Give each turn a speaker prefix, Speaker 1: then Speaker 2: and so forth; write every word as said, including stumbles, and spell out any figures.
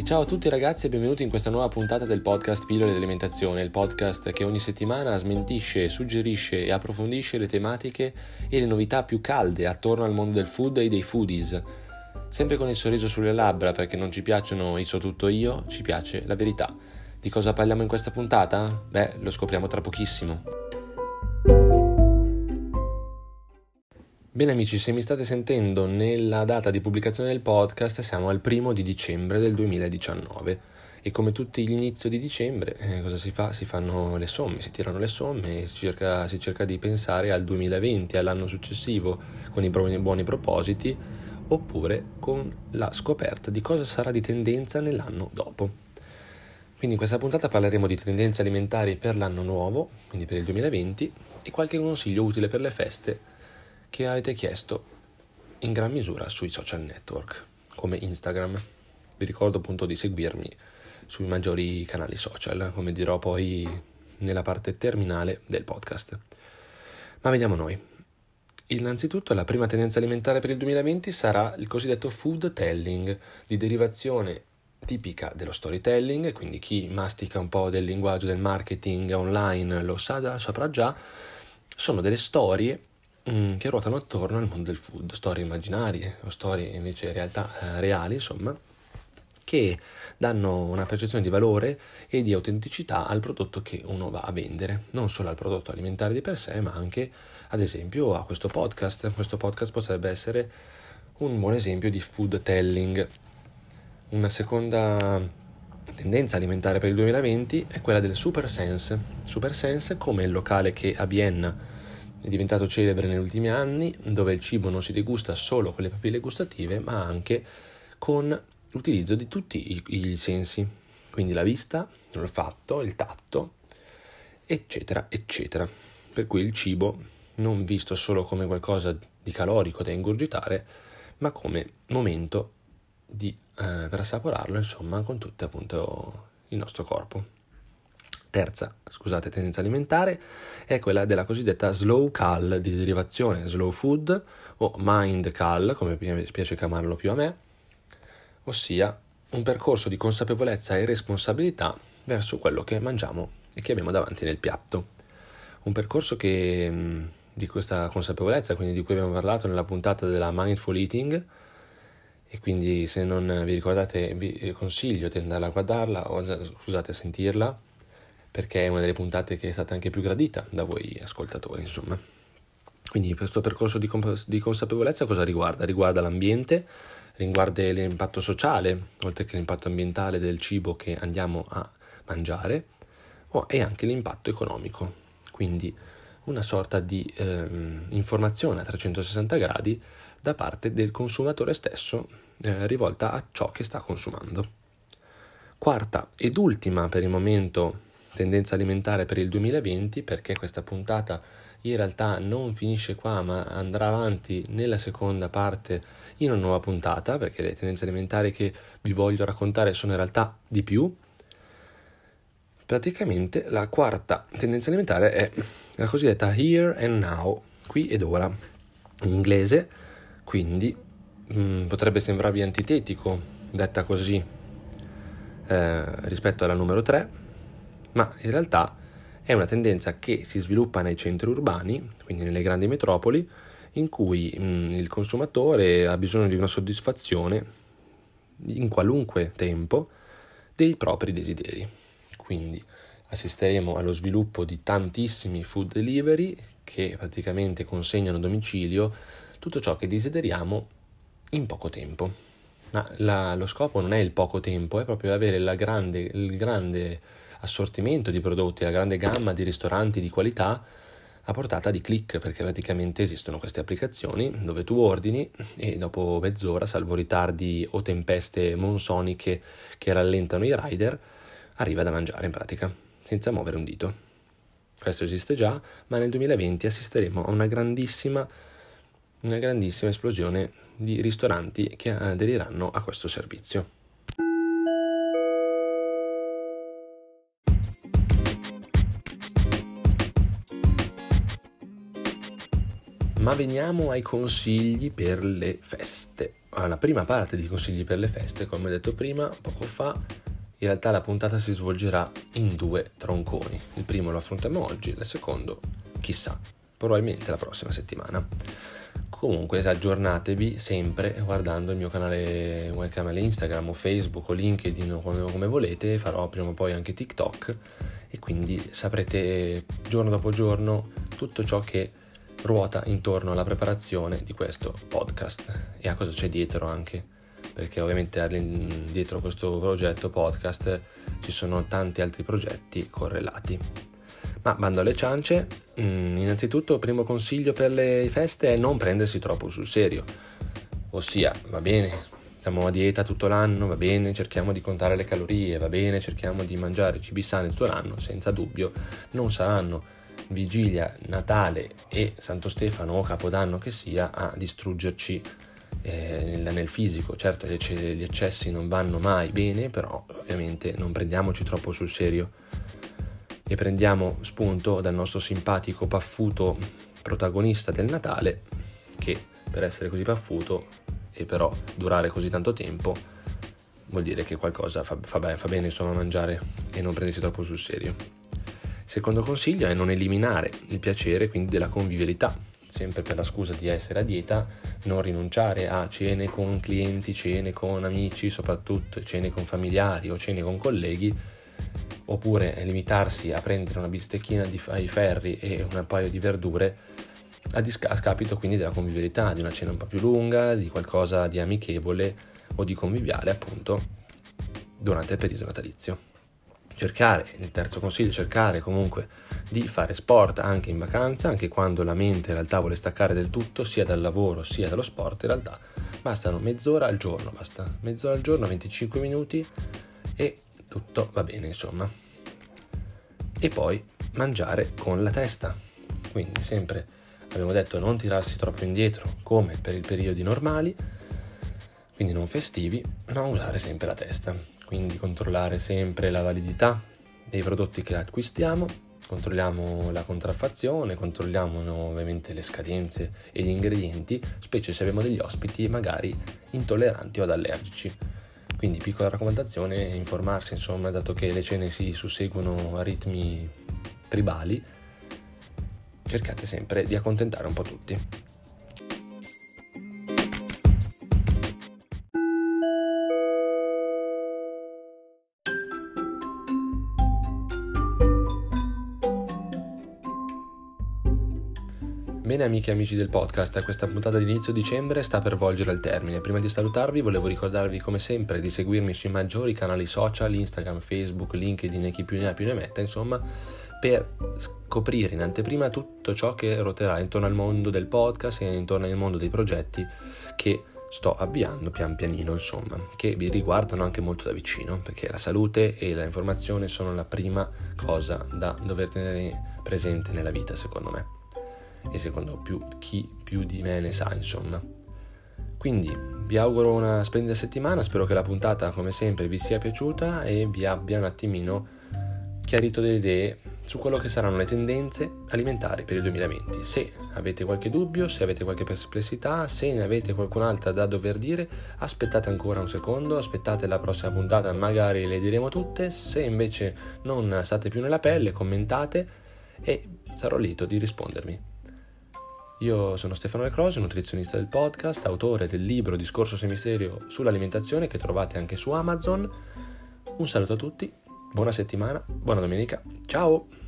Speaker 1: Ciao a tutti ragazzi e benvenuti in questa nuova puntata del podcast Pillole di Alimentazione, il podcast che ogni settimana smentisce, suggerisce e approfondisce le tematiche e le novità più calde attorno al mondo del food e dei foodies. Sempre con il sorriso sulle labbra perché non ci piacciono i so tutto io, ci piace la verità. Di cosa parliamo in questa puntata? Beh, lo scopriamo tra pochissimo. Bene amici, se mi state sentendo nella data di pubblicazione del podcast siamo al primo di dicembre del duemiladiciannove e come tutti gli inizi di dicembre eh, cosa si fa? Si fanno le somme, si tirano le somme e si cerca, si cerca di pensare al duemilaventi, all'anno successivo con i buoni, buoni propositi oppure con la scoperta di cosa sarà di tendenza nell'anno dopo. Quindi in questa puntata parleremo di tendenze alimentari per l'anno nuovo, quindi per il duemilaventi, e qualche consiglio utile per le feste che avete chiesto in gran misura sui social network come Instagram. Vi ricordo appunto di seguirmi sui maggiori canali social, come dirò poi nella parte terminale del podcast. Ma vediamo noi. Innanzitutto la prima tendenza alimentare per il duemilaventi sarà il cosiddetto food telling, di derivazione tipica dello storytelling, quindi chi mastica un po' del linguaggio del marketing online lo sa già, saprà già, sono delle storie che ruotano attorno al mondo del food, storie immaginarie o storie invece in realtà eh, reali, insomma, che danno una percezione di valore e di autenticità al prodotto che uno va a vendere, non solo al prodotto alimentare di per sé, ma anche ad esempio a questo podcast. Questo podcast potrebbe essere un buon esempio di food telling. Una seconda tendenza alimentare per il duemilaventi è quella del Super Sense. Super Sense come il locale che a Vienna è diventato celebre negli ultimi anni, dove il cibo non si degusta solo con le papille gustative, ma anche con l'utilizzo di tutti i, i sensi, quindi la vista, l'olfatto, il tatto, eccetera, eccetera. Per cui il cibo non visto solo come qualcosa di calorico da ingurgitare, ma come momento di, eh, per assaporarlo, insomma, con tutto appunto il nostro corpo. Terza, scusate, tendenza alimentare è quella della cosiddetta slow cal, di derivazione slow food o mind cal, come piace chiamarlo più a me, ossia un percorso di consapevolezza e responsabilità verso quello che mangiamo e che abbiamo davanti nel piatto. Un percorso che di questa consapevolezza, quindi di cui abbiamo parlato nella puntata della Mindful Eating, e quindi se non vi ricordate vi consiglio di andarla a guardarla o scusate a sentirla, perché è una delle puntate che è stata anche più gradita da voi ascoltatori, insomma. Quindi questo percorso di, comp- di consapevolezza cosa riguarda? Riguarda l'ambiente, riguarda l'impatto sociale, oltre che l'impatto ambientale del cibo che andiamo a mangiare, oh, e anche l'impatto economico. Quindi una sorta di ehm, informazione a trecentosessanta gradi da parte del consumatore stesso, eh, rivolta a ciò che sta consumando. Quarta ed ultima per il momento tendenza alimentare per il duemilaventi, perché questa puntata in realtà non finisce qua ma andrà avanti nella seconda parte in una nuova puntata, perché le tendenze alimentari che vi voglio raccontare sono in realtà di più. Praticamente la quarta tendenza alimentare è la cosiddetta here and now, qui ed ora, in inglese, quindi mh, potrebbe sembrarvi antitetico detta così eh, rispetto alla numero tre, ma in realtà è una tendenza che si sviluppa nei centri urbani, quindi nelle grandi metropoli, in cui mh, il consumatore ha bisogno di una soddisfazione in qualunque tempo dei propri desideri. Quindi assisteremo allo sviluppo di tantissimi food delivery che praticamente consegnano a domicilio tutto ciò che desideriamo in poco tempo. Ma la, lo scopo non è il poco tempo, è proprio avere la grande, il grande assortimento di prodotti, la grande gamma di ristoranti di qualità a portata di click, perché praticamente esistono queste applicazioni dove tu ordini e dopo mezz'ora, salvo ritardi o tempeste monsoniche che rallentano i rider, arriva da mangiare in pratica, senza muovere un dito. Questo esiste già, ma nel duemilaventi assisteremo a una grandissima, una grandissima esplosione di ristoranti che aderiranno a questo servizio. Ma veniamo ai consigli per le feste. alla prima parte di Consigli per le feste. Come ho detto prima, poco fa, in realtà la puntata si svolgerà in due tronconi. Il primo lo affrontiamo oggi, il secondo, chissà, probabilmente la prossima settimana. Comunque aggiornatevi sempre guardando il mio canale, il canale Instagram o Facebook o LinkedIn o come, come volete. Farò prima o poi anche TikTok e quindi saprete giorno dopo giorno tutto ciò che ruota intorno alla preparazione di questo podcast e a cosa c'è dietro anche, perché ovviamente dietro questo progetto podcast ci sono tanti altri progetti correlati. Ma bando alle ciance, innanzitutto il primo consiglio per le feste è non prendersi troppo sul serio, ossia va bene, stiamo a dieta tutto l'anno, va bene, cerchiamo di contare le calorie, va bene, cerchiamo di mangiare cibi sani tutto l'anno, senza dubbio non saranno Vigilia, Natale e Santo Stefano o Capodanno che sia a distruggerci eh, nel, nel fisico. Certo gli eccessi non vanno mai bene, però ovviamente non prendiamoci troppo sul serio e prendiamo spunto dal nostro simpatico paffuto protagonista del Natale, che per essere così paffuto e però durare così tanto tempo vuol dire che qualcosa fa, fa, bene, fa bene insomma mangiare e non prendersi troppo sul serio. Secondo consiglio è non eliminare il piacere quindi della convivialità, sempre per la scusa di essere a dieta, non rinunciare a cene con clienti, cene con amici, soprattutto cene con familiari o cene con colleghi, oppure limitarsi a prendere una bistecchina di, ai ferri e un paio di verdure a, disca- a scapito quindi della convivialità, di una cena un po' più lunga, di qualcosa di amichevole o di conviviale appunto durante il periodo natalizio. Cercare, il terzo consiglio, cercare comunque di fare sport anche in vacanza, anche quando la mente in realtà vuole staccare del tutto, sia dal lavoro sia dallo sport. In realtà bastano mezz'ora al giorno, basta mezz'ora al giorno, venticinque minuti e tutto va bene insomma. E poi mangiare con la testa, quindi sempre abbiamo detto non tirarsi troppo indietro come per i periodi normali, quindi non festivi, ma usare sempre la testa. Quindi controllare sempre la validità dei prodotti che acquistiamo, controlliamo la contraffazione, controlliamo ovviamente le scadenze e gli ingredienti, specie se abbiamo degli ospiti magari intolleranti o ad allergici. Quindi piccola raccomandazione, informarsi insomma, dato che le cene si susseguono a ritmi tribali, cercate sempre di accontentare un po' tutti. Bene amiche e amici del podcast, questa puntata di inizio dicembre sta per volgere al termine. Prima di salutarvi volevo ricordarvi come sempre di seguirmi sui maggiori canali social, Instagram, Facebook, LinkedIn e chi più ne ha più ne metta, insomma, per scoprire in anteprima tutto ciò che ruoterà intorno al mondo del podcast e intorno al mondo dei progetti che sto avviando pian pianino, insomma, che vi riguardano anche molto da vicino, perché la salute e l'informazione sono la prima cosa da dover tenere presente nella vita, secondo me. E secondo più chi più di me ne sa insomma. Quindi vi auguro una splendida settimana, spero che la puntata come sempre vi sia piaciuta e vi abbia un attimino chiarito le idee su quello che saranno le tendenze alimentari per il duemilaventi. Se avete qualche dubbio, se avete qualche perplessità, se ne avete qualcun'altra da dover dire, aspettate ancora un secondo, aspettate la prossima puntata, magari le diremo tutte. Se invece non state più nella pelle, commentate e sarò lieto di rispondervi. Io sono Stefano Le Croce, nutrizionista del podcast, autore del libro Discorso Semiserio sull'alimentazione che trovate anche su Amazon. Un saluto a tutti, buona settimana, buona domenica, ciao!